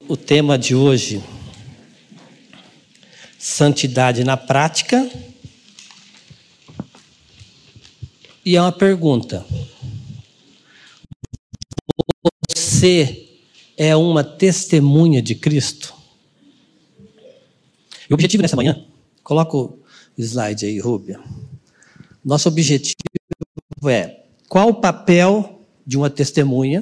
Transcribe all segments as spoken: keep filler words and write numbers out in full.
o tema de hoje, santidade na prática, e é uma pergunta. Você é uma testemunha de Cristo? E o objetivo nessa manhã, coloca o slide aí, Rúbia. Nosso objetivo é qual o papel de uma testemunha,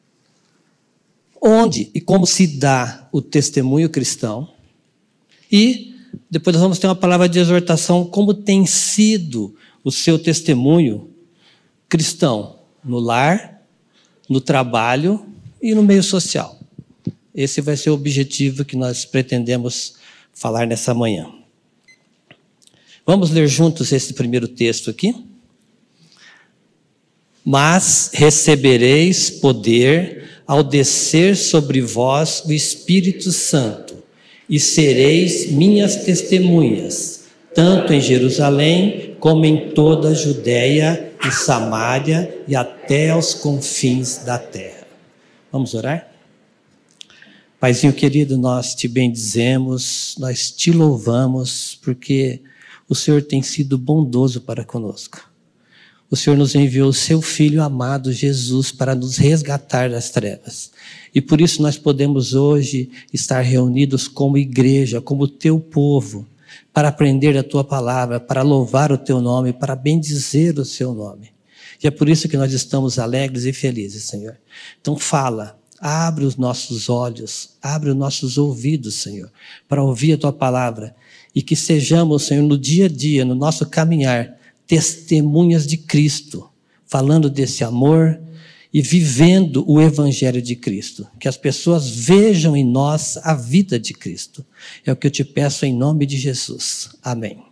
onde e como se dá o testemunho cristão, e depois nós vamos ter uma palavra de exortação, como tem sido o seu testemunho cristão no lar, no trabalho e no meio social. Esse vai ser o objetivo que nós pretendemos falar nessa manhã. Vamos ler juntos esse primeiro texto aqui? Mas recebereis poder ao descer sobre vós o Espírito Santo, e sereis minhas testemunhas, tanto em Jerusalém como em toda a Judéia e Samária e até aos confins da terra. Vamos orar? Paizinho querido, nós te bendizemos, nós te louvamos, porque o Senhor tem sido bondoso para conosco. O Senhor nos enviou o seu Filho amado, Jesus, para nos resgatar das trevas. E por isso nós podemos hoje estar reunidos como igreja, como teu povo, para aprender a tua palavra, para louvar o teu nome, para bendizer o seu nome. E é por isso que nós estamos alegres e felizes, Senhor. Então fala, abre os nossos olhos, abre os nossos ouvidos, Senhor, para ouvir a tua palavra. E que sejamos, Senhor, no dia a dia, no nosso caminhar, testemunhas de Cristo, falando desse amor e vivendo o Evangelho de Cristo. Que as pessoas vejam em nós a vida de Cristo. É o que eu te peço em nome de Jesus. Amém.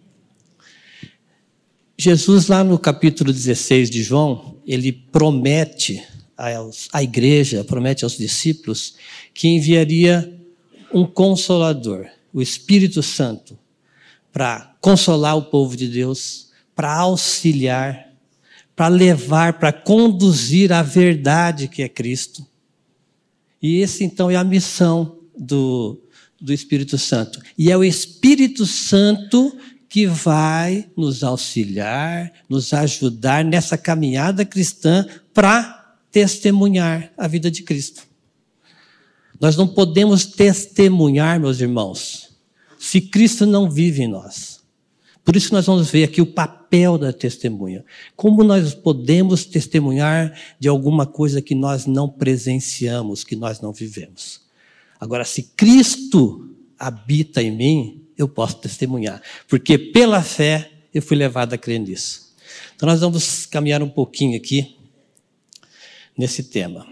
Jesus, lá no capítulo dezesseis de João, ele promete aos, à igreja, promete aos discípulos, que enviaria um Consolador, o Espírito Santo, para consolar o povo de Deus, para auxiliar, para levar, para conduzir a verdade que é Cristo. E esse, então, é a missão do, do Espírito Santo. E é o Espírito Santo que vai nos auxiliar, nos ajudar nessa caminhada cristã para testemunhar a vida de Cristo. Nós não podemos testemunhar, meus irmãos, se Cristo não vive em nós. Por isso nós vamos ver aqui o papel da testemunha. Como nós podemos testemunhar de alguma coisa que nós não presenciamos, que nós não vivemos. Agora, se Cristo habita em mim, eu posso testemunhar. Porque pela fé eu fui levado a crer nisso. Então nós vamos caminhar um pouquinho aqui nesse tema.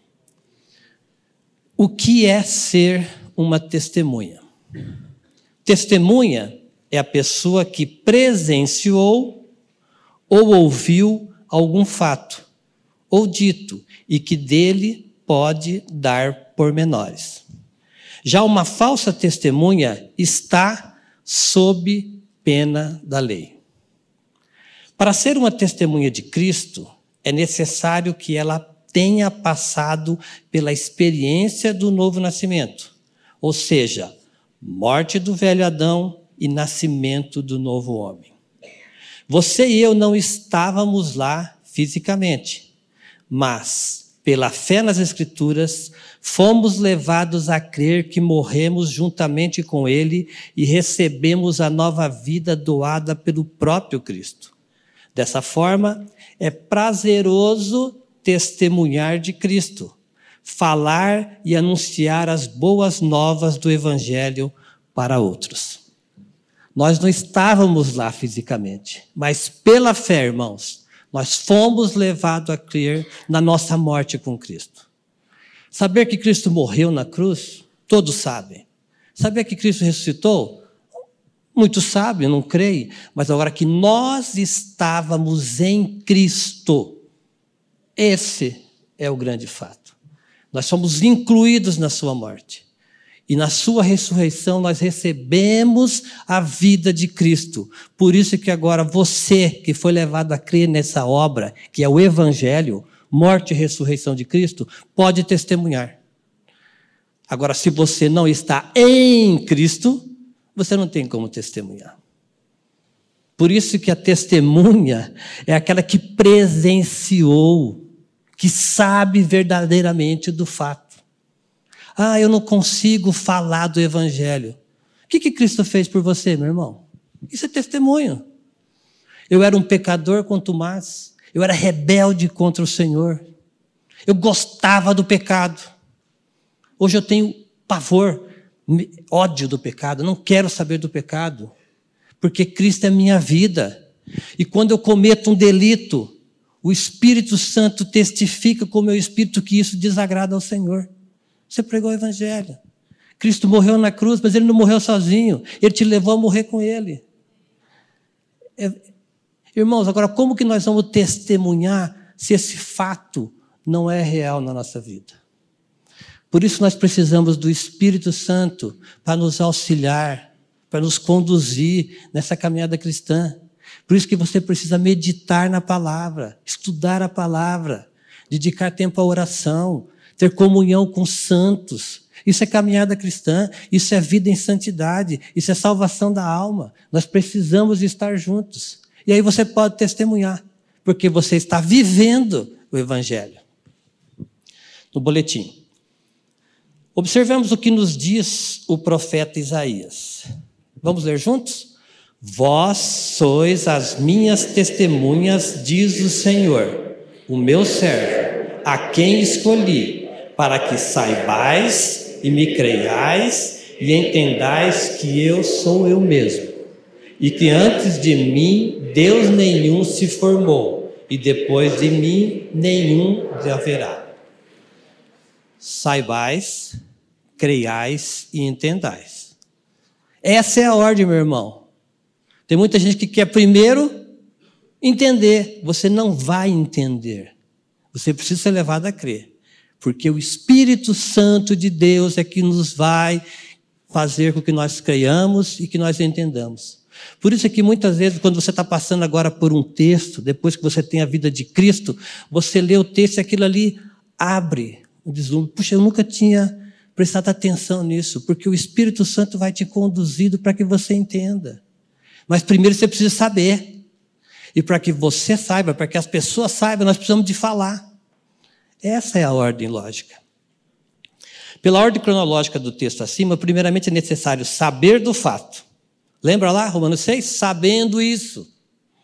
O que é ser uma testemunha? Testemunha é a pessoa que presenciou ou ouviu algum fato, ou dito, e que dele pode dar pormenores. Já uma falsa testemunha está sob pena da lei. Para ser uma testemunha de Cristo, é necessário que ela tenha passado pela experiência do novo nascimento, ou seja, morte do velho Adão e nascimento do novo homem. Você e eu não estávamos lá fisicamente, mas, pela fé nas Escrituras, fomos levados a crer que morremos juntamente com Ele e recebemos a nova vida doada pelo próprio Cristo. Dessa forma, é prazeroso testemunhar de Cristo, falar e anunciar as boas novas do Evangelho para outros. Nós não estávamos lá fisicamente, mas pela fé, irmãos, nós fomos levados a crer na nossa morte com Cristo. Saber que Cristo morreu na cruz, todos sabem. Saber que Cristo ressuscitou, muitos sabem, eu não creio, mas agora que nós estávamos em Cristo, esse é o grande fato. Nós somos incluídos na sua morte. E na sua ressurreição nós recebemos a vida de Cristo. Por isso que agora você que foi levado a crer nessa obra, que é o Evangelho, morte e ressurreição de Cristo, pode testemunhar. Agora, se você não está em Cristo, você não tem como testemunhar. Por isso que a testemunha é aquela que presenciou, que sabe verdadeiramente do fato. Ah, eu não consigo falar do Evangelho. O que, que Cristo fez por você, meu irmão? Isso é testemunho. Eu era um pecador com Tomás, eu era rebelde contra o Senhor, eu gostava do pecado. Hoje eu tenho pavor, ódio do pecado, não quero saber do pecado, porque Cristo é minha vida. E quando eu cometo um delito, o Espírito Santo testifica com o meu espírito que isso desagrada ao Senhor. Você pregou o Evangelho. Cristo morreu na cruz, mas Ele não morreu sozinho. Ele te levou a morrer com Ele. É, irmãos, agora como que nós vamos testemunhar se esse fato não é real na nossa vida? Por isso nós precisamos do Espírito Santo para nos auxiliar, para nos conduzir nessa caminhada cristã. Por isso que você precisa meditar na palavra, estudar a palavra, dedicar tempo à oração, ter comunhão com os santos. Isso é caminhada cristã, isso é vida em santidade, isso é salvação da alma. Nós precisamos estar juntos. E aí você pode testemunhar, porque você está vivendo o Evangelho. No boletim. Observemos o que nos diz o profeta Isaías. Vamos ler juntos? Vós sois as minhas testemunhas, diz o Senhor, o meu servo, a quem escolhi, para que saibais e me creiais e entendais que eu sou eu mesmo, e que antes de mim Deus nenhum se formou, e depois de mim nenhum haverá. Saibais, creiais e entendais. Essa é a ordem, meu irmão. Tem muita gente que quer primeiro entender. Você não vai entender. Você precisa ser levado a crer. Porque o Espírito Santo de Deus é que nos vai fazer com que nós creiamos e que nós entendamos. Por isso é que muitas vezes, quando você está passando agora por um texto, depois que você tem a vida de Cristo, você lê o texto e aquilo ali abre o deslumbre. Puxa, eu nunca tinha prestado atenção nisso, porque o Espírito Santo vai te conduzindo para que você entenda. Mas primeiro você precisa saber. E para que você saiba, para que as pessoas saibam, nós precisamos de falar. Essa é a ordem lógica. Pela ordem cronológica do texto acima, primeiramente é necessário saber do fato. Lembra lá, Romanos seis? Sabendo isso.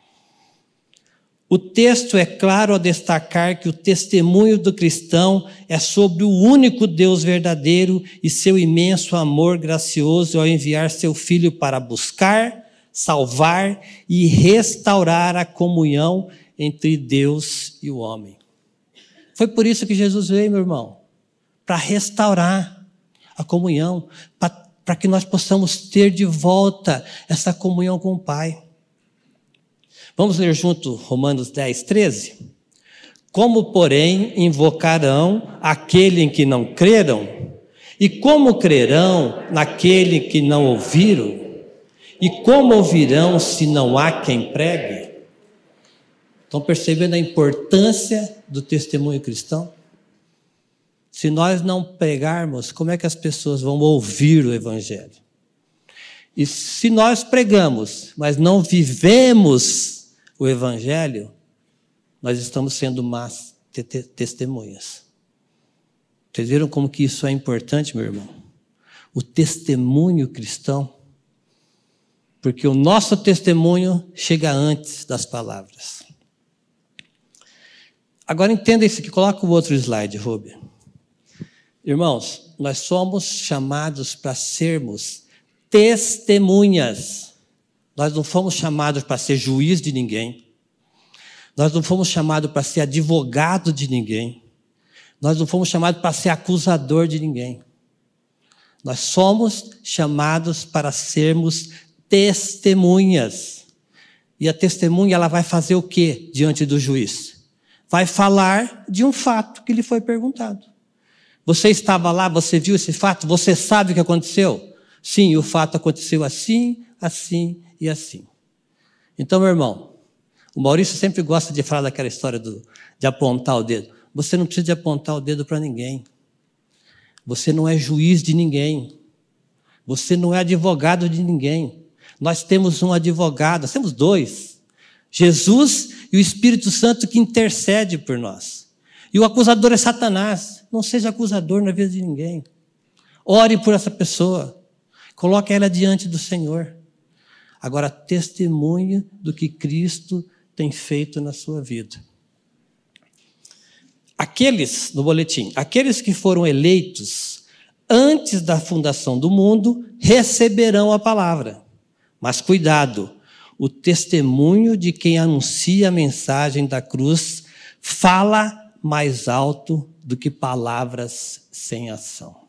O texto é claro ao destacar que o testemunho do cristão é sobre o único Deus verdadeiro e seu imenso amor gracioso ao enviar seu Filho para buscar, salvar e restaurar a comunhão entre Deus e o homem. Foi por isso que Jesus veio, meu irmão, para restaurar a comunhão, para que nós possamos ter de volta essa comunhão com o Pai. Vamos ler junto Romanos dez, treze? Como, porém, invocarão aquele em que não creram? E como crerão naquele que não ouviram? E como ouvirão se não há quem pregue? Estão percebendo a importância do testemunho cristão? Se nós não pregarmos, como é que as pessoas vão ouvir o Evangelho? E se nós pregamos, mas não vivemos o Evangelho, nós estamos sendo más te- te- testemunhas. Vocês viram como que isso é importante, meu irmão? O testemunho cristão, porque o nosso testemunho chega antes das palavras. Agora entenda isso aqui, coloca o outro slide, Rubem. Irmãos, nós somos chamados para sermos testemunhas. Nós não fomos chamados para ser juiz de ninguém. Nós não fomos chamados para ser advogado de ninguém. Nós não fomos chamados para ser acusador de ninguém. Nós somos chamados para sermos testemunhas. E a testemunha, ela vai fazer o quê diante do juiz? Vai falar de um fato que lhe foi perguntado. Você estava lá, você viu esse fato? Você sabe o que aconteceu? Sim, o fato aconteceu assim, assim e assim. Então, meu irmão, o Maurício sempre gosta de falar daquela história do, de apontar o dedo. Você não precisa de apontar o dedo para ninguém. Você não é juiz de ninguém. Você não é advogado de ninguém. Nós temos um advogado, nós temos dois. Jesus e o Espírito Santo que intercede por nós. E o acusador é Satanás. Não seja acusador na vida de ninguém. Ore por essa pessoa. Coloque ela diante do Senhor. Agora, testemunhe do que Cristo tem feito na sua vida. Aqueles, no boletim, aqueles que foram eleitos antes da fundação do mundo receberão a palavra. Mas cuidado, o testemunho de quem anuncia a mensagem da cruz fala mais alto do que palavras sem ação.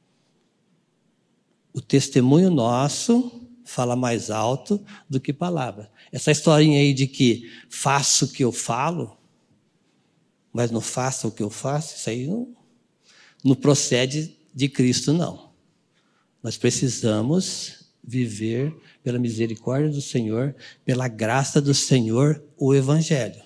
O testemunho nosso fala mais alto do que palavras. Essa historinha aí de que faço o que eu falo, mas não faço o que eu faço, isso aí não, não procede de Cristo, não. Nós precisamos viver pela misericórdia do Senhor, pela graça do Senhor, o Evangelho.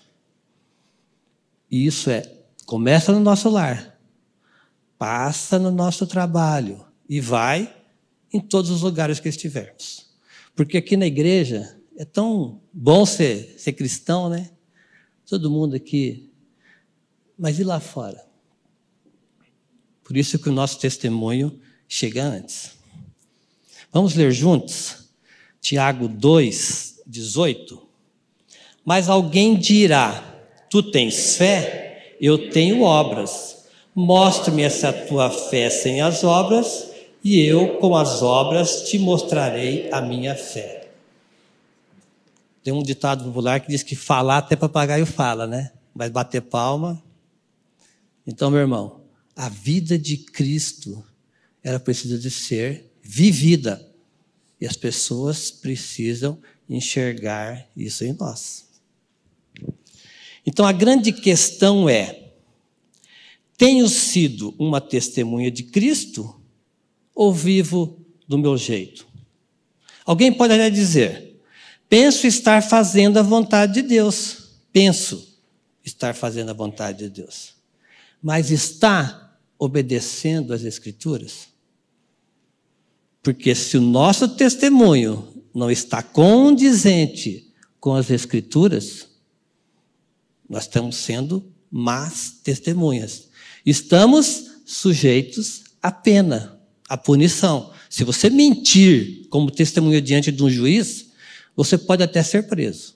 E isso é, começa no nosso lar, passa no nosso trabalho e vai em todos os lugares que estivermos. Porque aqui na igreja é tão bom ser, ser cristão, né? Todo mundo aqui. Mas e lá fora? Por isso que o nosso testemunho chega antes. Vamos ler juntos? Tiago dois, dezoito. Mas alguém dirá, tu tens fé, eu tenho obras. Mostre-me essa tua fé sem as obras, e eu, com as obras, te mostrarei a minha fé. Tem um ditado popular que diz que falar até papagaio fala, né? Mas bater palma. Então, meu irmão, a vida de Cristo, ela precisa de ser vivida. E as pessoas precisam enxergar isso em nós. Então, a grande questão é, tenho sido uma testemunha de Cristo ou vivo do meu jeito? Alguém pode até dizer, penso estar fazendo a vontade de Deus. Penso estar fazendo a vontade de Deus. Mas está obedecendo às Escrituras? Porque se o nosso testemunho não está condizente com as Escrituras, nós estamos sendo más testemunhas. Estamos sujeitos à pena, à punição. Se você mentir como testemunha diante de um juiz, você pode até ser preso.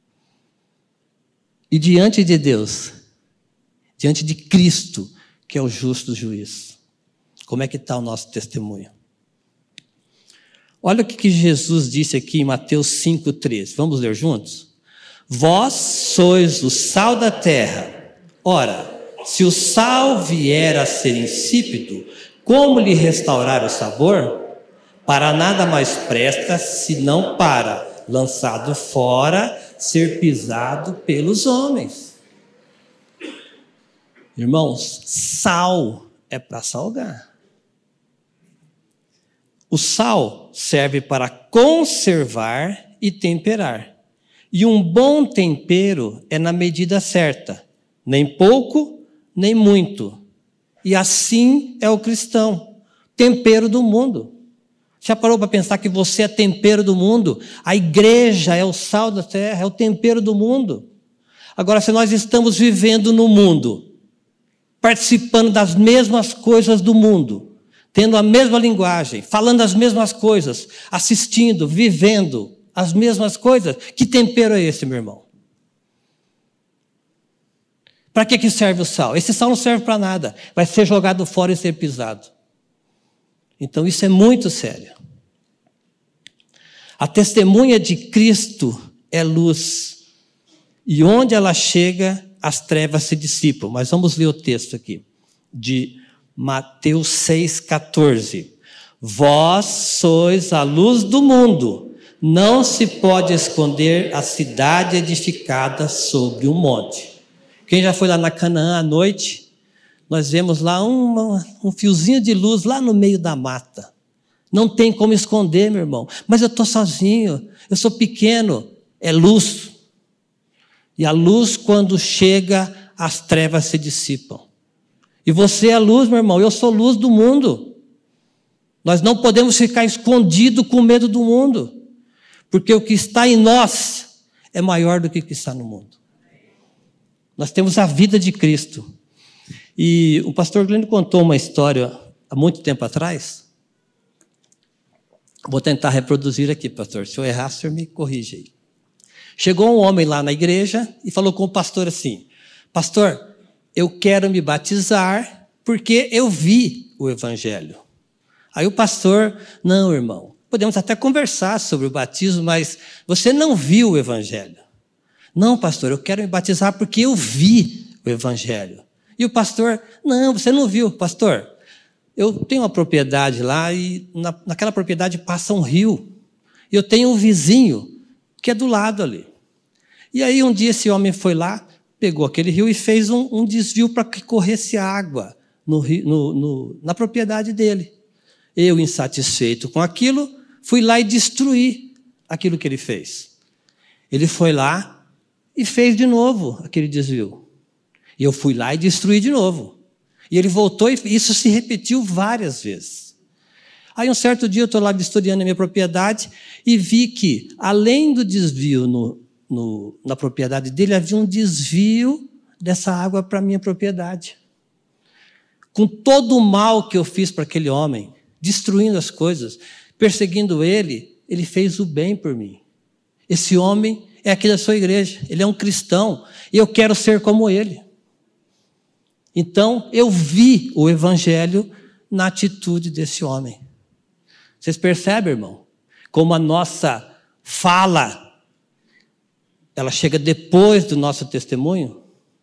E diante de Deus, diante de Cristo, que é o justo juiz, como é que está o nosso testemunho? Olha o que Jesus disse aqui em Mateus cinco, treze. Vamos ler juntos? Vós sois o sal da terra. Ora, se o sal vier a ser insípido, como lhe restaurar o sabor? Para nada mais presta, senão para, lançado fora, ser pisado pelos homens. Irmãos, sal é para salgar. O sal serve para conservar e temperar. E um bom tempero é na medida certa, nem pouco, nem muito. E assim é o cristão, tempero do mundo. Já parou para pensar que você é tempero do mundo? A igreja é o sal da terra, é o tempero do mundo. Agora, se nós estamos vivendo no mundo, participando das mesmas coisas do mundo, tendo a mesma linguagem, falando as mesmas coisas, assistindo, vivendo as mesmas coisas, que tempero é esse, meu irmão? Para que que serve o sal? Esse sal não serve para nada, vai ser jogado fora e ser pisado. Então isso é muito sério. A testemunha de Cristo é luz, e onde ela chega, as trevas se dissipam. Mas vamos ler o texto aqui, de Mateus seis, quatorze. Vós sois a luz do mundo, não se pode esconder a cidade edificada sobre um monte. Quem já foi lá na Canaã à noite, nós vemos lá um, um fiozinho de luz lá no meio da mata. Não tem como esconder, meu irmão. Mas eu estou sozinho, eu sou pequeno. É luz. E a luz, quando chega, as trevas se dissipam. E você é a luz, meu irmão, eu sou luz do mundo. Nós não podemos ficar escondidos com medo do mundo, porque o que está em nós é maior do que o que está no mundo. Nós temos a vida de Cristo. E o pastor Glênio contou uma história há muito tempo atrás. Vou tentar reproduzir aqui, pastor. Se eu errar, o senhor me corrige aí. Chegou um homem lá na igreja e falou com o pastor assim: pastor, eu quero me batizar porque eu vi o evangelho. Aí o pastor: não, irmão, podemos até conversar sobre o batismo, mas você não viu o evangelho. Não, pastor, eu quero me batizar porque eu vi o evangelho. E o pastor: não, você não viu. Pastor, eu tenho uma propriedade lá e na, naquela propriedade passa um rio. E eu tenho um vizinho que é do lado ali. E aí um dia esse homem foi lá, pegou aquele rio e fez um, um desvio para que corresse água no, no, no, na propriedade dele. Eu, insatisfeito com aquilo, fui lá e destruí aquilo que ele fez. Ele foi lá e fez de novo aquele desvio. E eu fui lá e destruí de novo. E ele voltou e isso se repetiu várias vezes. Aí um certo dia eu estou lá vistoriando a minha propriedade e vi que, além do desvio no, no, na propriedade dele, havia um desvio dessa água para a minha propriedade. Com todo o mal que eu fiz para aquele homem, destruindo as coisas, perseguindo ele, ele fez o bem por mim. Esse homem é aqui da sua igreja, ele é um cristão, e eu quero ser como ele. Então, eu vi o evangelho na atitude desse homem. Vocês percebem, irmão? Como a nossa fala, ela chega depois do nosso testemunho?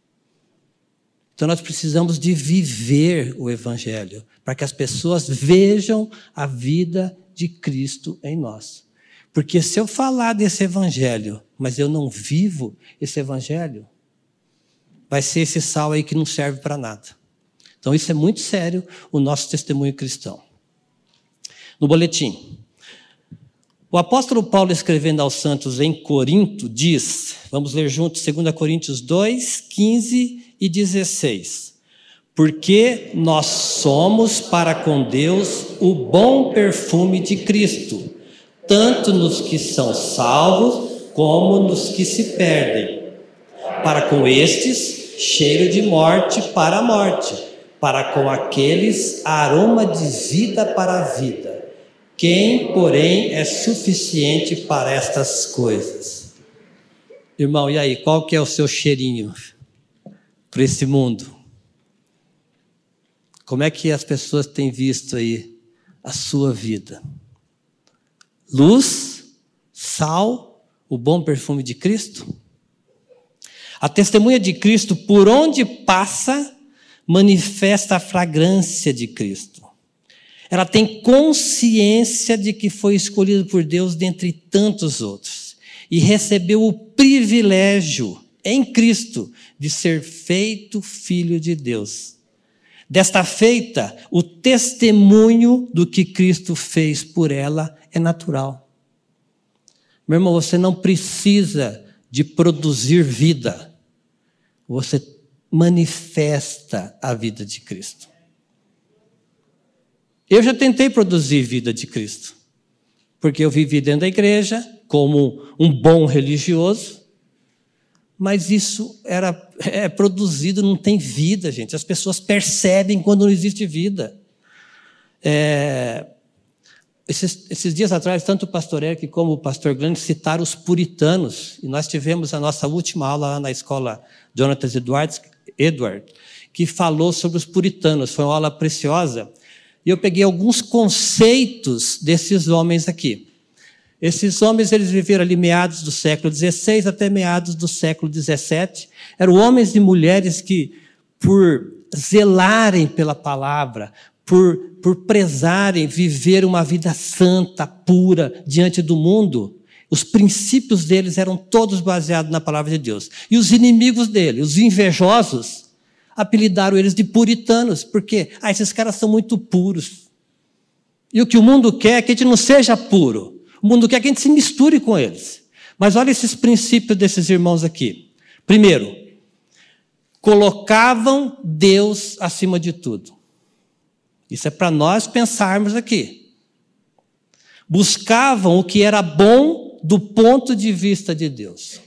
Então, nós precisamos de viver o evangelho, para que as pessoas vejam a vida de Cristo em nós. Porque se eu falar desse evangelho, mas eu não vivo esse evangelho, vai ser esse sal aí que não serve para nada. Então, isso é muito sério, o nosso testemunho cristão. No boletim, o apóstolo Paulo, escrevendo aos santos em Corinto, diz, vamos ler juntos, dois Coríntios dois, quinze e dezesseis. Porque nós somos para com Deus o bom perfume de Cristo, tanto nos que são salvos, como nos que se perdem. Para com estes, cheiro de morte para a morte, para com aqueles, aroma de vida para a vida. Quem, porém, é suficiente para estas coisas? Irmão, e aí, qual que é o seu cheirinho para esse mundo? Como é que as pessoas têm visto aí a sua vida? Luz, sal, o bom perfume de Cristo? A testemunha de Cristo, por onde passa, manifesta a fragrância de Cristo. Ela tem consciência de que foi escolhida por Deus dentre tantos outros e recebeu o privilégio em Cristo de ser feito filho de Deus. Desta feita, o testemunho do que Cristo fez por ela é natural. Meu irmão, você não precisa de produzir vida. Você manifesta a vida de Cristo. Eu já tentei produzir vida de Cristo, porque eu vivi dentro da igreja como um bom religioso, mas isso era, é produzido, não tem vida, gente. As pessoas percebem quando não existe vida. É, esses, esses dias atrás, tanto o pastor Eric como o pastor Glenn citaram os puritanos, e nós tivemos a nossa última aula lá na escola Jonathan Edwards, Edward, que falou sobre os puritanos. Foi uma aula preciosa. E eu peguei alguns conceitos desses homens aqui. Esses homens, eles viveram ali meados do século dezesseis até meados do século dezessete. Eram homens e mulheres que, por zelarem pela palavra, por, por prezarem viver uma vida santa, pura, diante do mundo, os princípios deles eram todos baseados na palavra de Deus. E os inimigos dele, os invejosos, apelidaram eles de puritanos, porque ah, esses caras são muito puros. E o que o mundo quer é que a gente não seja puro. O mundo quer que a gente se misture com eles. Mas olha esses princípios desses irmãos aqui. Primeiro, colocavam Deus acima de tudo. Isso é para nós pensarmos aqui. Buscavam o que era bom do ponto de vista de Deus.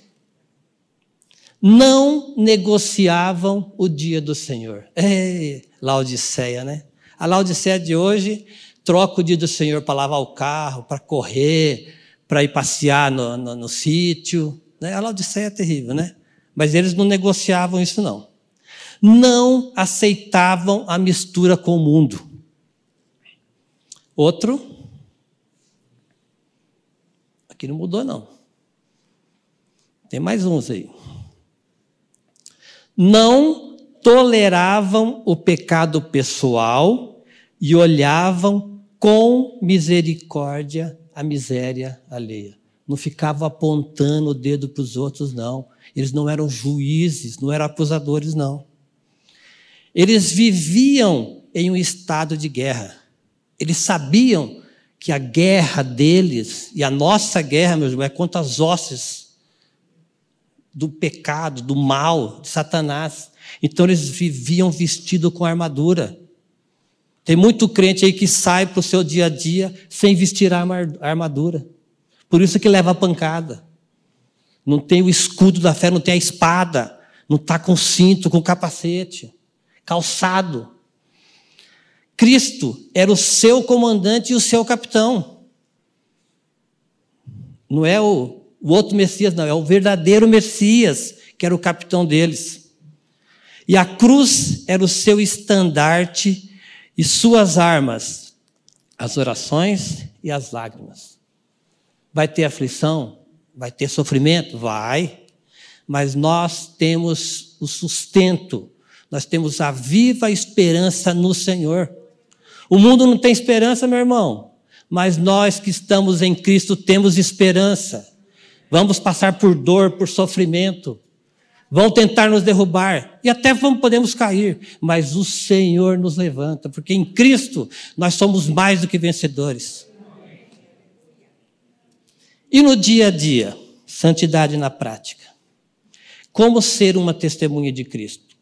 Não negociavam o dia do Senhor. É, Laodiceia, né? A Laodiceia de hoje troca o dia do Senhor para lavar o carro, para correr, para ir passear no, no, no sítio. Né? A Laodiceia é terrível, né? Mas eles não negociavam isso, não. Não aceitavam a mistura com o mundo. Outro. Aqui não mudou, não. Tem mais uns aí. Não toleravam o pecado pessoal e olhavam com misericórdia a miséria alheia. Não ficavam apontando o dedo para os outros, não. Eles não eram juízes, não eram acusadores, não. Eles viviam em um estado de guerra. Eles sabiam que a guerra deles e a nossa guerra, meus irmãos, é contra as hostes do pecado, do mal, de Satanás. Então eles viviam vestidos com armadura. Tem muito crente aí que sai para o seu dia a dia sem vestir a armadura. Por isso que leva a pancada. Não tem o escudo da fé, não tem a espada, não está com cinto, com capacete, calçado. Cristo era o seu comandante e o seu capitão. Não é o, o outro Messias, não. É o verdadeiro Messias, que era o capitão deles. E a cruz era o seu estandarte e suas armas, as orações e as lágrimas. Vai ter aflição? Vai ter sofrimento? Vai. Mas nós temos o sustento, nós temos a viva esperança no Senhor. O mundo não tem esperança, meu irmão, mas nós que estamos em Cristo temos esperança. Vamos passar por dor, por sofrimento, vão tentar nos derrubar e até vamos, podemos cair, mas o Senhor nos levanta, porque em Cristo nós somos mais do que vencedores. E no dia a dia, santidade na prática. Como ser uma testemunha de Cristo?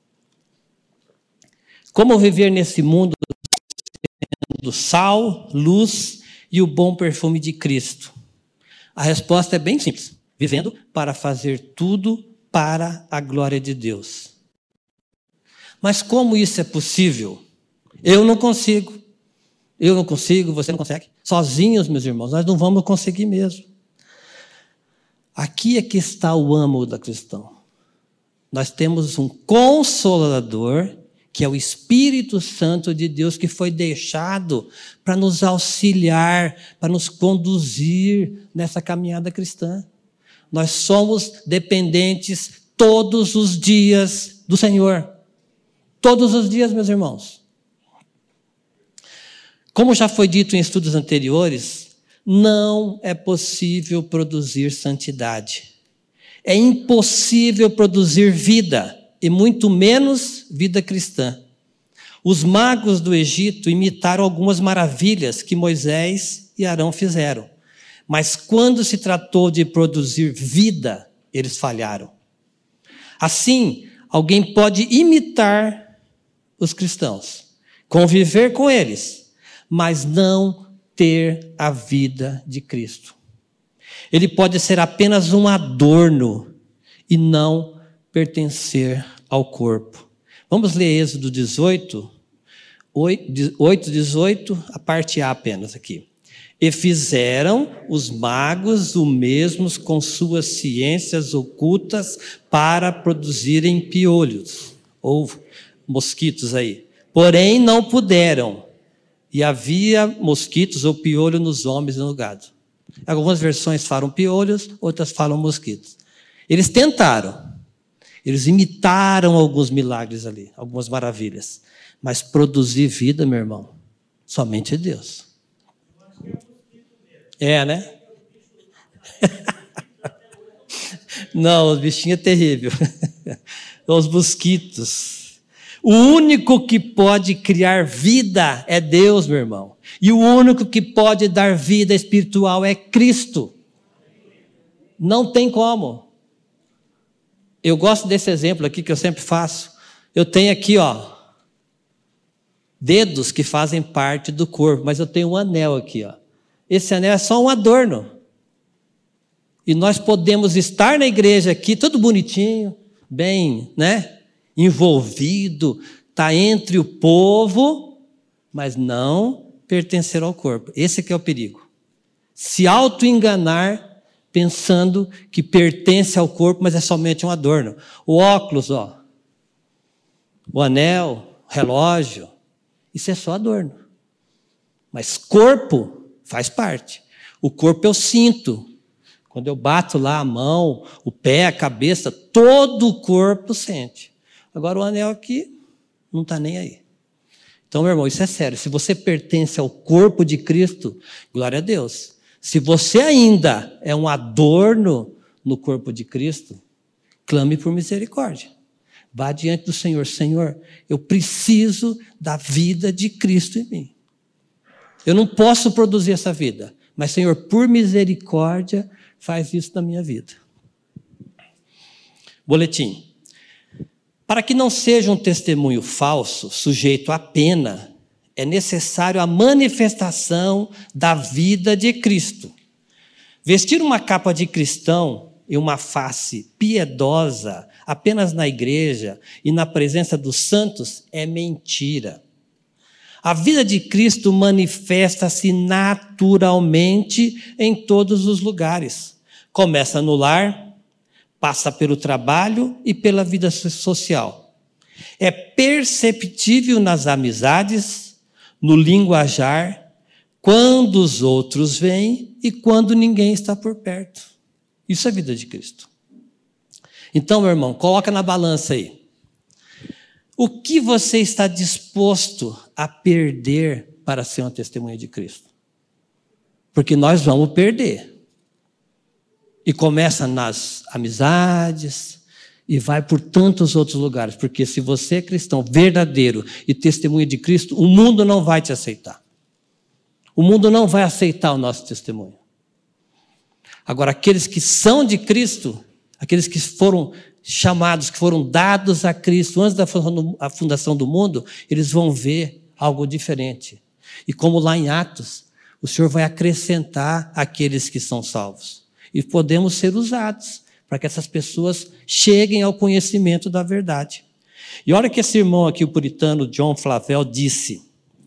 Como viver nesse mundo do sal, luz e o bom perfume de Cristo? A resposta é bem simples. Vivendo para fazer tudo para a glória de Deus. Mas como isso é possível? Eu não consigo. Eu não consigo, você não consegue. Sozinhos, meus irmãos, nós não vamos conseguir mesmo. Aqui é que está o âmago da questão. Nós temos um Consolador, que é o Espírito Santo de Deus, que foi deixado para nos auxiliar, para nos conduzir nessa caminhada cristã. Nós somos dependentes todos os dias do Senhor. Todos os dias, meus irmãos. Como já foi dito em estudos anteriores, não é possível produzir santidade. É impossível produzir vida, e muito menos vida cristã. Os magos do Egito imitaram algumas maravilhas que Moisés e Arão fizeram. Mas quando se tratou de produzir vida, eles falharam. Assim, alguém pode imitar os cristãos, conviver com eles, mas não ter a vida de Cristo. Ele pode ser apenas um adorno e não pertencer ao corpo. Vamos ler Êxodo dezoito, oito, dezoito, a parte A apenas aqui. E fizeram os magos o mesmo com suas ciências ocultas para produzirem piolhos, ou mosquitos aí. Porém, não puderam. E havia mosquitos ou piolho nos homens e no gado. Algumas versões falam piolhos, outras falam mosquitos. Eles tentaram. Eles imitaram alguns milagres ali, algumas maravilhas. Mas produzir vida, meu irmão, somente Deus. É, né? Não, os bichinhos é terrível. Os mosquitos. O único que pode criar vida é Deus, meu irmão. E o único que pode dar vida espiritual é Cristo. Não tem como. Eu gosto desse exemplo aqui que eu sempre faço. Eu tenho aqui, ó, dedos que fazem parte do corpo, mas eu tenho um anel aqui, ó. Esse anel é só um adorno. E nós podemos estar na igreja aqui, todo bonitinho, bem, né, envolvido, tá entre o povo, mas não pertencer ao corpo. Esse que é o perigo. Se auto-enganar pensando que pertence ao corpo, mas é somente um adorno. O óculos, ó, o anel, o relógio, isso é só adorno. Mas corpo faz parte. O corpo eu sinto. Quando eu bato lá a mão, o pé, a cabeça, todo o corpo sente. Agora o anel aqui não está nem aí. Então, meu irmão, isso é sério. Se você pertence ao corpo de Cristo, glória a Deus. Se você ainda é um adorno no corpo de Cristo, clame por misericórdia. Vá diante do Senhor. Senhor, eu preciso da vida de Cristo em mim. Eu não posso produzir essa vida, mas, Senhor, por misericórdia, faz isso na minha vida. Boletim. Para que não seja um testemunho falso, sujeito à pena, é necessário a manifestação da vida de Cristo. Vestir uma capa de cristão e uma face piedosa apenas na igreja e na presença dos santos é mentira. A vida de Cristo manifesta-se naturalmente em todos os lugares. Começa no lar, passa pelo trabalho e pela vida social. É perceptível nas amizades, no linguajar, quando os outros vêm e quando ninguém está por perto. Isso é a vida de Cristo. Então, meu irmão, coloca na balança aí. O que você está disposto a perder para ser uma testemunha de Cristo? Porque nós vamos perder. E começa nas amizades e vai por tantos outros lugares. Porque se você é cristão verdadeiro e testemunha de Cristo, o mundo não vai te aceitar. O mundo não vai aceitar o nosso testemunho. Agora, aqueles que são de Cristo, aqueles que foram chamados, que foram dados a Cristo antes da fundação do mundo, eles vão ver algo diferente. E como lá em Atos, o Senhor vai acrescentar aqueles que são salvos. E podemos ser usados para que essas pessoas cheguem ao conhecimento da verdade. E olha que esse irmão aqui, o puritano John Flavel, disse: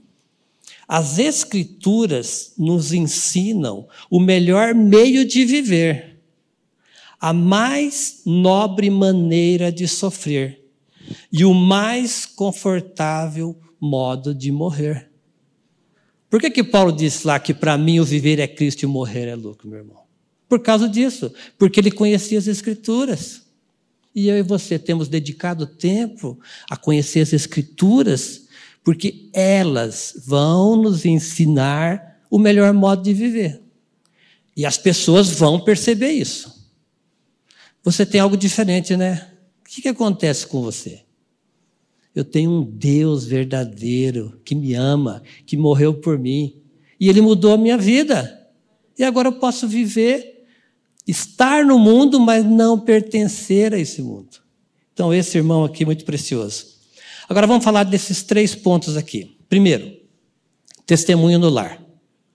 as Escrituras nos ensinam o melhor meio de viver, a mais nobre maneira de sofrer e o mais confortável modo de morrer. Por que que Paulo disse lá que para mim o viver é Cristo e o morrer é lucro, meu irmão? Por causa disso, porque ele conhecia as Escrituras. E eu e você temos dedicado tempo a conhecer as Escrituras, porque elas vão nos ensinar o melhor modo de viver. E as pessoas vão perceber isso. Você tem algo diferente, né? O que que acontece com você? Eu tenho um Deus verdadeiro que me ama, que morreu por mim. E Ele mudou a minha vida. E agora eu posso viver, estar no mundo, mas não pertencer a esse mundo. Então, esse irmão aqui é muito precioso. Agora vamos falar desses três pontos aqui. Primeiro, testemunho no lar.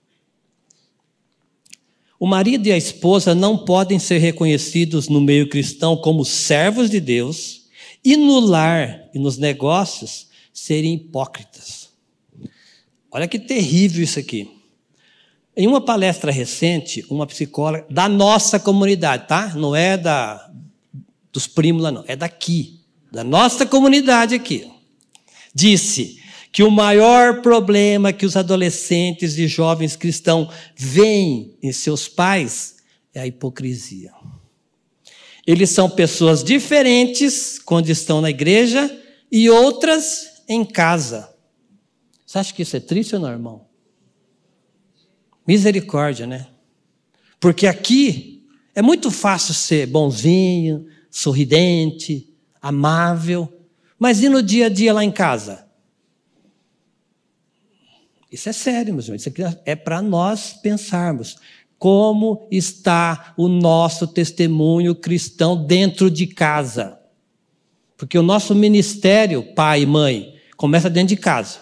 O marido e a esposa não podem ser reconhecidos no meio cristão como servos de Deus e no lar e nos negócios serem hipócritas. Olha que terrível isso aqui. Em uma palestra recente, uma psicóloga da nossa comunidade, tá? Não é da, dos primos lá, não. É daqui, da nossa comunidade aqui. Disse que o maior problema que os adolescentes e jovens cristãos veem em seus pais é a hipocrisia. Eles são pessoas diferentes quando estão na igreja e outras em casa. Você acha que isso é triste ou não, irmão? Misericórdia, né? Porque aqui é muito fácil ser bonzinho, sorridente, amável, mas e no dia a dia lá em casa? Isso é sério, meus irmãos. Isso aqui é para nós pensarmos. como está o nosso testemunho cristão dentro de casa. Porque o nosso ministério, pai e mãe, começa dentro de casa.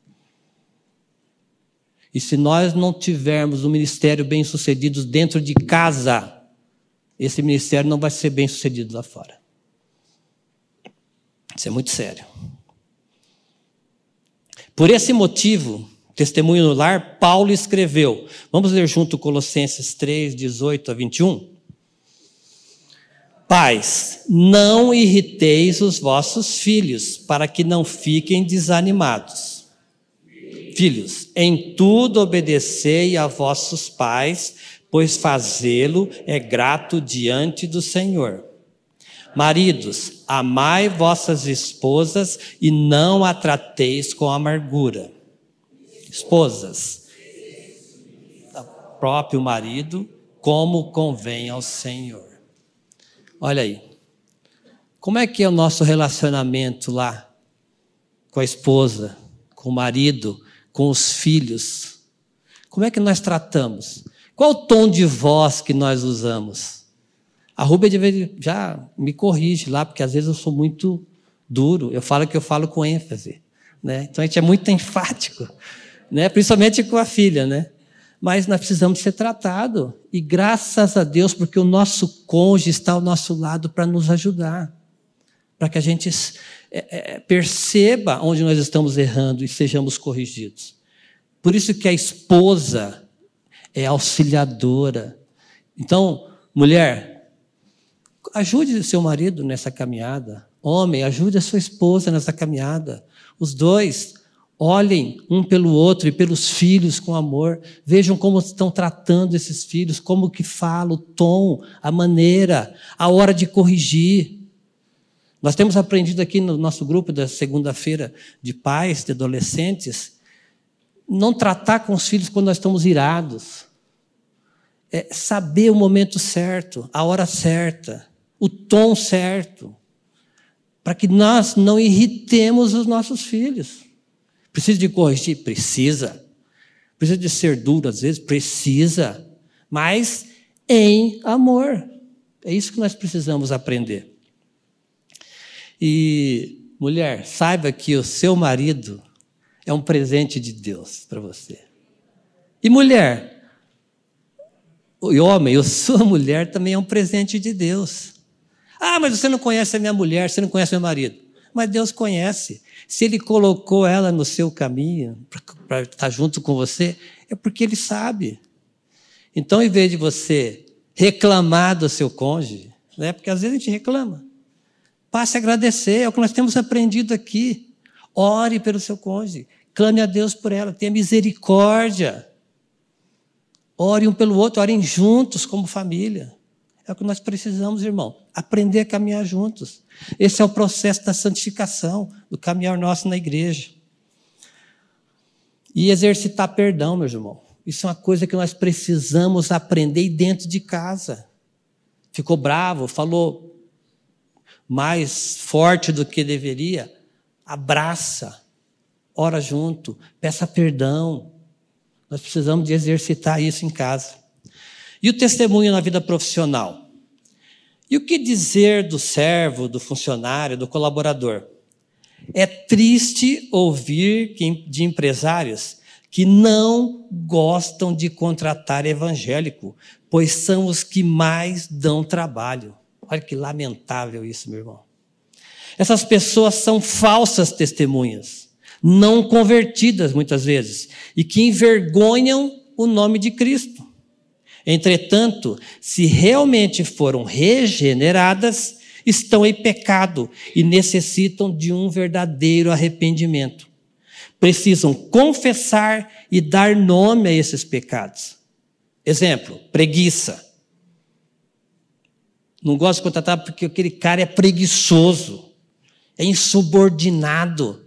E se nós não tivermos um ministério bem-sucedido dentro de casa, esse ministério não vai ser bem-sucedido lá fora. Isso é muito sério. Por esse motivo, Testemunho no Lar, Paulo escreveu. Vamos ler junto Colossenses três, dezoito a vinte e um? Pais, não irriteis os vossos filhos, para que não fiquem desanimados. Filhos, em tudo obedecei a vossos pais, pois fazê-lo é grato diante do Senhor. Maridos, amai vossas esposas e não a trateis com amargura. Esposas, o próprio marido, como convém ao Senhor. Olha aí, como é que é o nosso relacionamento lá com a esposa, com o marido, com os filhos? Como é que nós tratamos? Qual o tom de voz que nós usamos? A Rúbia já me corrige lá, porque às vezes eu sou muito duro, eu falo que eu falo com ênfase, né? Então a gente é muito enfático, né? Principalmente com a filha, né? Mas nós precisamos ser tratados, e graças a Deus, porque o nosso cônjuge está ao nosso lado para nos ajudar, para que a gente é, é, perceba onde nós estamos errando e sejamos corrigidos. Por isso que a esposa é auxiliadora. Então, mulher, ajude o seu marido nessa caminhada. Homem, ajude a sua esposa nessa caminhada. Os dois olhem um pelo outro e pelos filhos com amor. Vejam como estão tratando esses filhos, como que fala, o tom, a maneira, a hora de corrigir. Nós temos aprendido aqui no nosso grupo da segunda-feira de pais, de adolescentes, não tratar com os filhos quando nós estamos irados. É saber o momento certo, a hora certa, o tom certo, para que nós não irritemos os nossos filhos. Precisa de corrigir? Precisa. Precisa de ser duro às vezes? Precisa. Mas em amor. É isso que nós precisamos aprender. E, mulher, saiba que o seu marido é um presente de Deus para você. E mulher, o homem, a sua mulher também é um presente de Deus. Ah, mas você não conhece a minha mulher, você não conhece meu marido. Mas Deus conhece. Se Ele colocou ela no seu caminho, para estar junto com você, é porque Ele sabe. Então, em vez de você reclamar do seu cônjuge, né, porque às vezes a gente reclama, passe a agradecer, é o que nós temos aprendido aqui. Ore pelo seu cônjuge, clame a Deus por ela, tenha misericórdia. Ore um pelo outro, orem juntos como família. É o que nós precisamos, irmão, aprender a caminhar juntos. Esse é o processo da santificação, do caminhar nosso na igreja. E exercitar perdão, meus irmãos. Isso é uma coisa que nós precisamos aprender dentro de casa. Ficou bravo, falou mais forte do que deveria, abraça, ora junto, peça perdão. Nós precisamos de exercitar isso em casa. E o testemunho na vida profissional? E o que dizer do servo, do funcionário, do colaborador? É triste ouvir de empresários que não gostam de contratar evangélico, pois são os que mais dão trabalho. Olha que lamentável isso, meu irmão. Essas pessoas são falsas testemunhas, não convertidas muitas vezes, e que envergonham o nome de Cristo. Entretanto, se realmente foram regeneradas, estão em pecado e necessitam de um verdadeiro arrependimento. Precisam confessar e dar nome a esses pecados. Exemplo, preguiça. Não gosto de contratar porque aquele cara é preguiçoso, é insubordinado,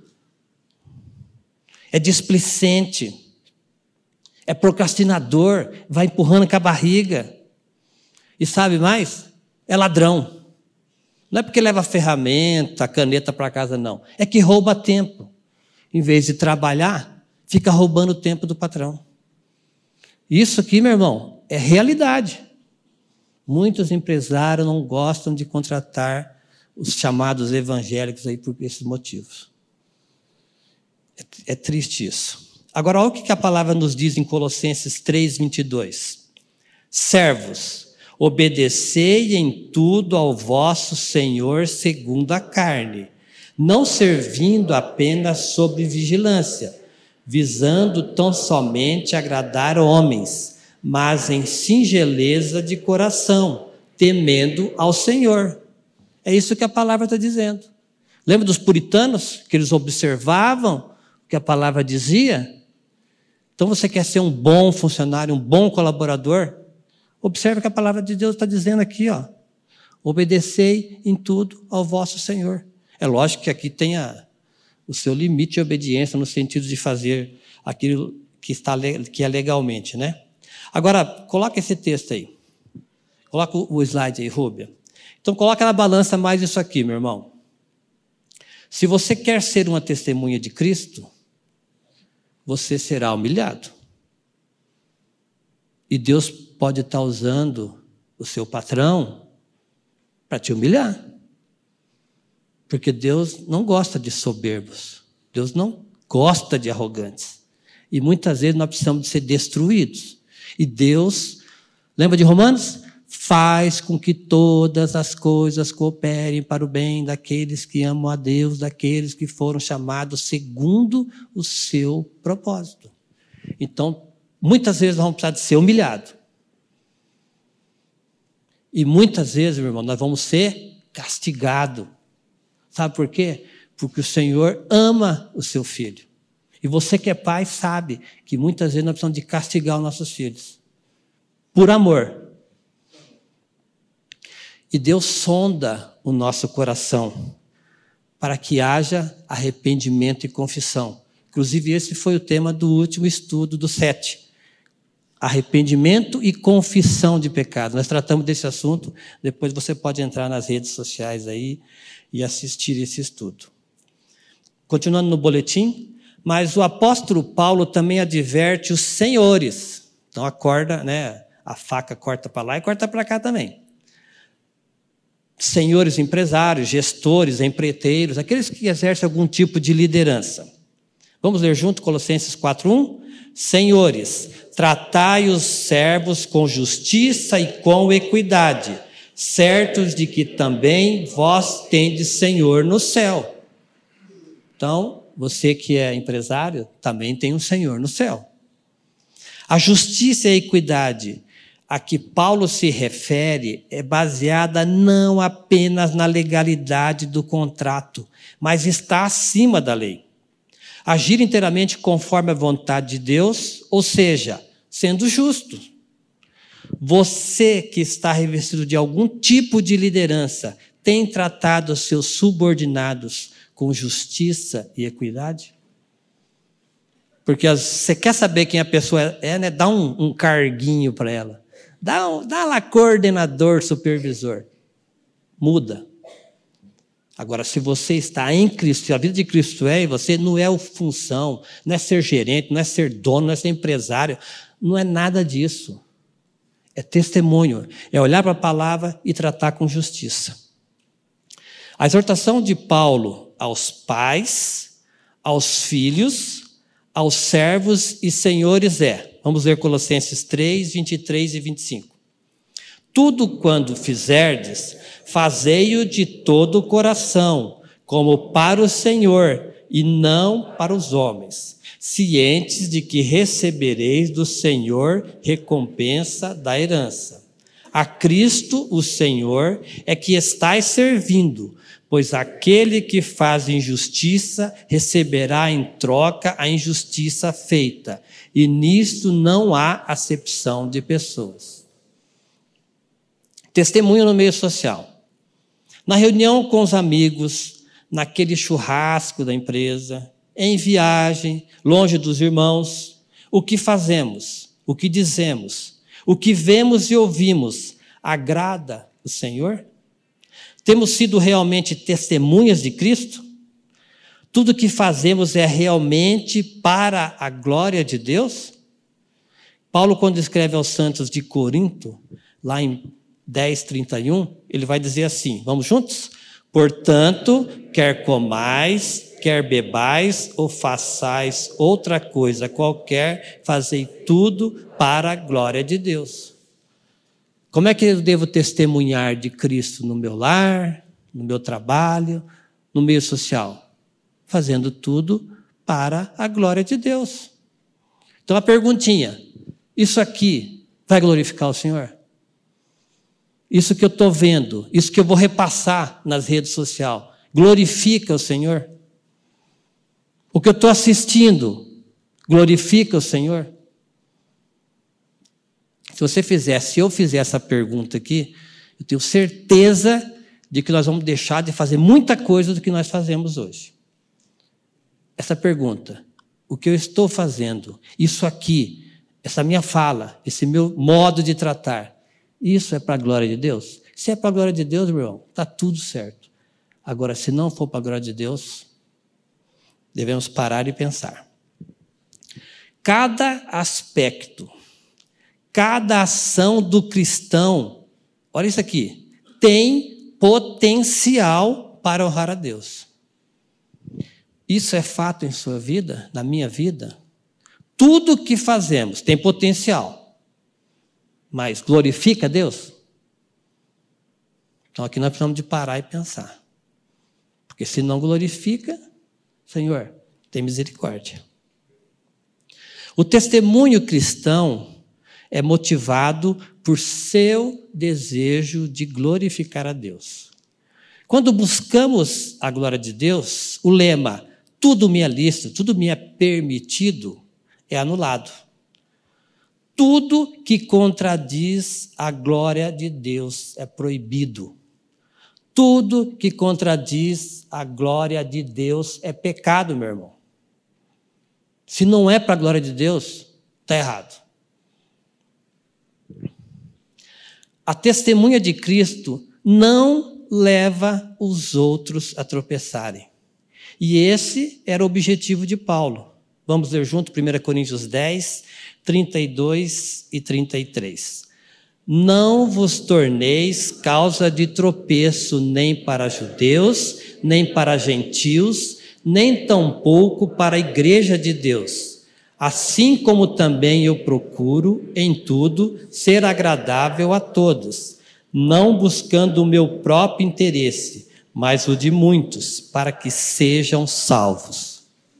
é displicente, é procrastinador, vai empurrando com a barriga. E sabe mais? É ladrão. Não é porque leva ferramenta, a caneta para casa, não. É que rouba tempo. Em vez de trabalhar, fica roubando o tempo do patrão. Isso aqui, meu irmão, é realidade. Muitos empresários não gostam de contratar os chamados evangélicos aí por esses motivos. É, é triste isso. Agora, olha o que a palavra nos diz em Colossenses três, vinte e dois. Servos, obedecei em tudo ao vosso Senhor segundo a carne, não servindo apenas sob vigilância, visando tão somente agradar homens, mas em singeleza de coração, temendo ao Senhor. É isso que a palavra está dizendo. Lembra dos puritanos, que eles observavam o que a palavra dizia? Então você quer ser um bom funcionário, um bom colaborador? Observe o que a palavra de Deus está dizendo aqui, ó. Obedecei em tudo ao vosso Senhor. É lógico que aqui tem a, o seu limite de obediência, no sentido de fazer aquilo que, está, que é legalmente, né? Agora, coloca esse texto aí. Coloca o, o slide aí, Rúbia. Então, coloca na balança mais isso aqui, meu irmão. Se você quer ser uma testemunha de Cristo, você será humilhado. E Deus pode estar usando o seu patrão para te humilhar. Porque Deus não gosta de soberbos. Deus não gosta de arrogantes. E muitas vezes nós precisamos de ser destruídos. E Deus, lembra de Romanos? Faz com que todas as coisas cooperem para o bem daqueles que amam a Deus, daqueles que foram chamados segundo o seu propósito. Então, muitas vezes nós vamos precisar de ser humilhados. E muitas vezes, meu irmão, nós vamos ser castigados. Sabe por quê? Porque o Senhor ama o seu filho. E você que é pai sabe que muitas vezes nós precisamos de castigar os nossos filhos. Por amor. E Deus sonda o nosso coração para que haja arrependimento e confissão. Inclusive, esse foi o tema do último estudo do sete. Arrependimento e confissão de pecado. Nós tratamos desse assunto, depois você pode entrar nas redes sociais aí e assistir esse estudo. Continuando no boletim, mas o apóstolo Paulo também adverte os senhores. Então a corda, né, a faca corta para lá e corta para cá também. Senhores empresários, gestores, empreiteiros, aqueles que exercem algum tipo de liderança. Vamos ler junto Colossenses quatro, um? Senhores, tratai os servos com justiça e com equidade, certos de que também vós tendes Senhor no céu. Então, você que é empresário, também tem um Senhor no céu. A justiça e a equidade a que Paulo se refere é baseada não apenas na legalidade do contrato, mas está acima da lei. Agir inteiramente conforme a vontade de Deus, ou seja, sendo justo. Você que está revestido de algum tipo de liderança, tem tratado os seus subordinados com justiça e equidade? Porque você quer saber quem a pessoa é, né? Dá um, um carguinho para ela. Dá, um, dá lá coordenador, supervisor. Muda. Agora, se você está em Cristo, se a vida de Cristo é, e você não é o função, não é ser gerente, não é ser dono, não é ser empresário, não é nada disso. É testemunho, é olhar para a palavra e tratar com justiça. A exortação de Paulo aos pais, aos filhos, aos servos e senhores é, vamos ler Colossenses três, vinte e três e vinte e cinco. Tudo quando fizerdes, fazei-o de todo o coração, como para o Senhor e não para os homens, cientes de que recebereis do Senhor recompensa da herança. A Cristo, o Senhor, é que estais servindo, pois aquele que faz injustiça receberá em troca a injustiça feita, e nisto não há acepção de pessoas. Testemunho no meio social. Na reunião com os amigos, naquele churrasco da empresa, em viagem, longe dos irmãos, o que fazemos, o que dizemos, o que vemos e ouvimos, agrada o Senhor? Temos sido realmente testemunhas de Cristo? Tudo o que fazemos é realmente para a glória de Deus? Paulo, quando escreve aos santos de Corinto, lá em dez, trinta e um, ele vai dizer assim, vamos juntos? Portanto, quer comais, quer bebais ou façais outra coisa qualquer, fazei tudo para a glória de Deus. Como é que eu devo testemunhar de Cristo no meu lar, no meu trabalho, no meio social? Fazendo tudo para a glória de Deus. Então a perguntinha, isso aqui vai glorificar o Senhor? Isso que eu estou vendo, isso que eu vou repassar nas redes sociais, glorifica o Senhor? O que eu estou assistindo, glorifica o Senhor? Se você fizer, se eu fizer essa pergunta aqui, eu tenho certeza de que nós vamos deixar de fazer muita coisa do que nós fazemos hoje. Essa pergunta, o que eu estou fazendo, isso aqui, essa minha fala, esse meu modo de tratar, isso é para a glória de Deus? Se é para a glória de Deus, meu irmão, está tudo certo. Agora, se não for para a glória de Deus, devemos parar e pensar. Cada aspecto, cada ação do cristão, olha isso aqui, tem potencial para honrar a Deus. Isso é fato em sua vida, na minha vida? Tudo que fazemos tem potencial, mas glorifica a Deus? Então aqui nós precisamos de parar e pensar. Porque se não glorifica, Senhor, tem misericórdia. O testemunho cristão é motivado por seu desejo de glorificar a Deus. Quando buscamos a glória de Deus, o lema, tudo me é lícito, tudo me é permitido, é anulado. Tudo que contradiz a glória de Deus é proibido. Tudo que contradiz a glória de Deus é pecado, meu irmão. Se não é para a glória de Deus, está errado. A testemunha de Cristo não leva os outros a tropeçarem. E esse era o objetivo de Paulo. Vamos ler junto primeira Coríntios dez, trinta e dois e trinta e três. Não vos torneis causa de tropeço nem para judeus, nem para gentios, nem tampouco para a igreja de Deus. Assim como também eu procuro, em tudo, ser agradável a todos, não buscando o meu próprio interesse, mas o de muitos, para que sejam salvos.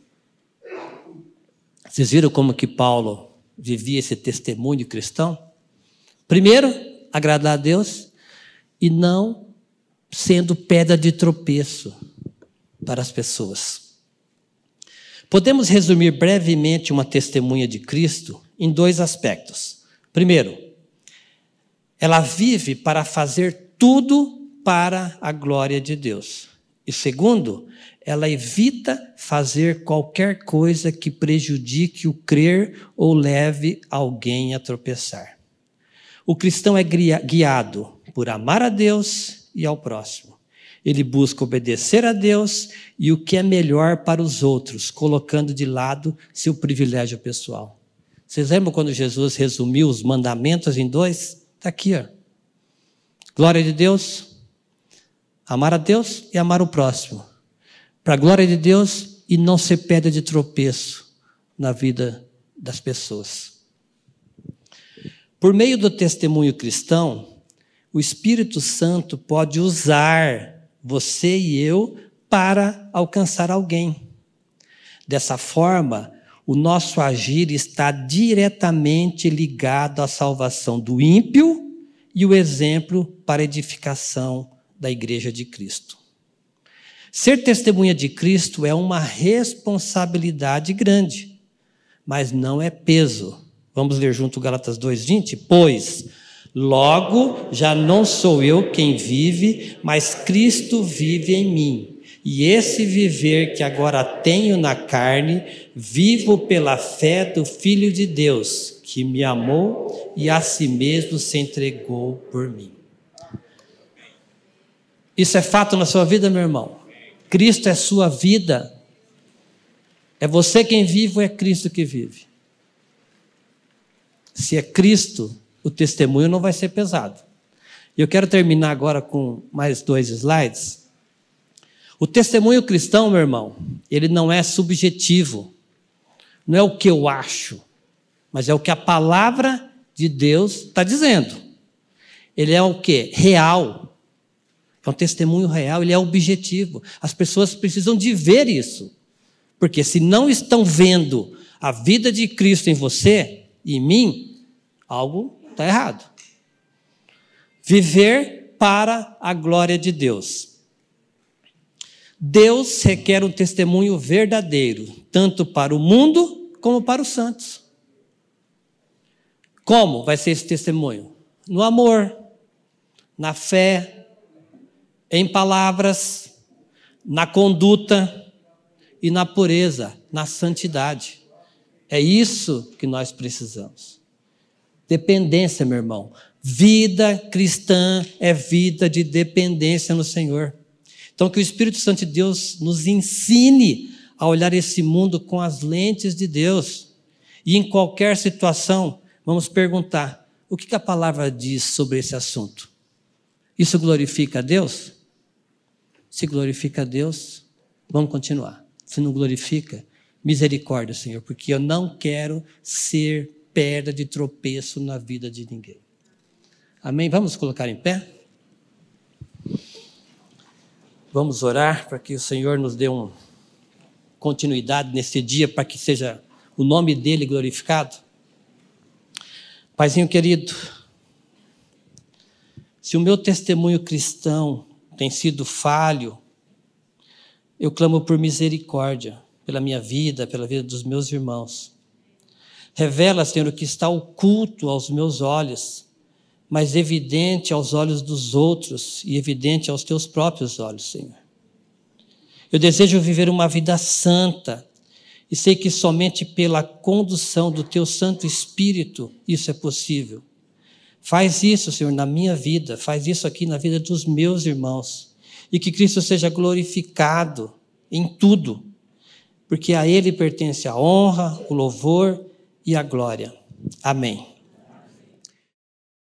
Vocês viram como que Paulo vivia esse testemunho cristão? Primeiro, agradar a Deus e não sendo pedra de tropeço para as pessoas. Podemos resumir brevemente uma testemunha de Cristo em dois aspectos. Primeiro, ela vive para fazer tudo para a glória de Deus. E segundo, ela evita fazer qualquer coisa que prejudique o crer ou leve alguém a tropeçar. O cristão é guiado por amar a Deus e ao próximo. Ele busca obedecer a Deus e o que é melhor para os outros, colocando de lado seu privilégio pessoal. Vocês lembram quando Jesus resumiu os mandamentos em dois? Está aqui, ó. Glória de Deus, amar a Deus e amar o próximo. Para a glória de Deus e não ser pedra de tropeço na vida das pessoas. Por meio do testemunho cristão, o Espírito Santo pode usar você e eu para alcançar alguém. Dessa forma, o nosso agir está diretamente ligado à salvação do ímpio e o exemplo para a edificação da Igreja de Cristo. Ser testemunha de Cristo é uma responsabilidade grande, mas não é peso. Vamos ler junto Gálatas dois, vinte? Pois, logo, já não sou eu quem vive, mas Cristo vive em mim. E esse viver que agora tenho na carne, vivo pela fé do Filho de Deus, que me amou e a si mesmo se entregou por mim. Isso é fato na sua vida, meu irmão? Cristo é sua vida. É você quem vive ou é Cristo que vive? Se é Cristo, o testemunho não vai ser pesado. Eu quero terminar agora com mais dois slides. O testemunho cristão, meu irmão, ele não é subjetivo. Não é o que eu acho, mas é o que a palavra de Deus está dizendo. Ele é o quê? Real. É um testemunho real, ele é objetivo. As pessoas precisam de ver isso. Porque se não estão vendo a vida de Cristo em você e em mim, algo está errado. Viver para a glória de Deus. Deus requer um testemunho verdadeiro, tanto para o mundo como para os santos. Como vai ser esse testemunho? No amor, na fé, em palavras, na conduta e na pureza, na santidade. É isso que nós precisamos. Dependência, meu irmão. Vida cristã é vida de dependência no Senhor. Então, que o Espírito Santo de Deus nos ensine a olhar esse mundo com as lentes de Deus. E em qualquer situação, vamos perguntar, o que a palavra diz sobre esse assunto? Isso glorifica a Deus? Se glorifica a Deus, vamos continuar. Se não glorifica, misericórdia, Senhor, porque eu não quero ser pedra de tropeço na vida de ninguém. Amém? Vamos colocar em pé? Vamos orar para que o Senhor nos dê uma continuidade nesse dia, para que seja o nome dele glorificado. Paizinho querido, se o meu testemunho cristão tem sido falho, eu clamo por misericórdia pela minha vida, pela vida dos meus irmãos. Revela, Senhor, o que está oculto aos meus olhos, mas evidente aos olhos dos outros e evidente aos teus próprios olhos, Senhor. Eu desejo viver uma vida santa e sei que somente pela condução do teu Santo Espírito isso é possível. Faz isso, Senhor, na minha vida, faz isso aqui na vida dos meus irmãos e que Cristo seja glorificado em tudo, porque a Ele pertence a honra, o louvor e a glória. Amém.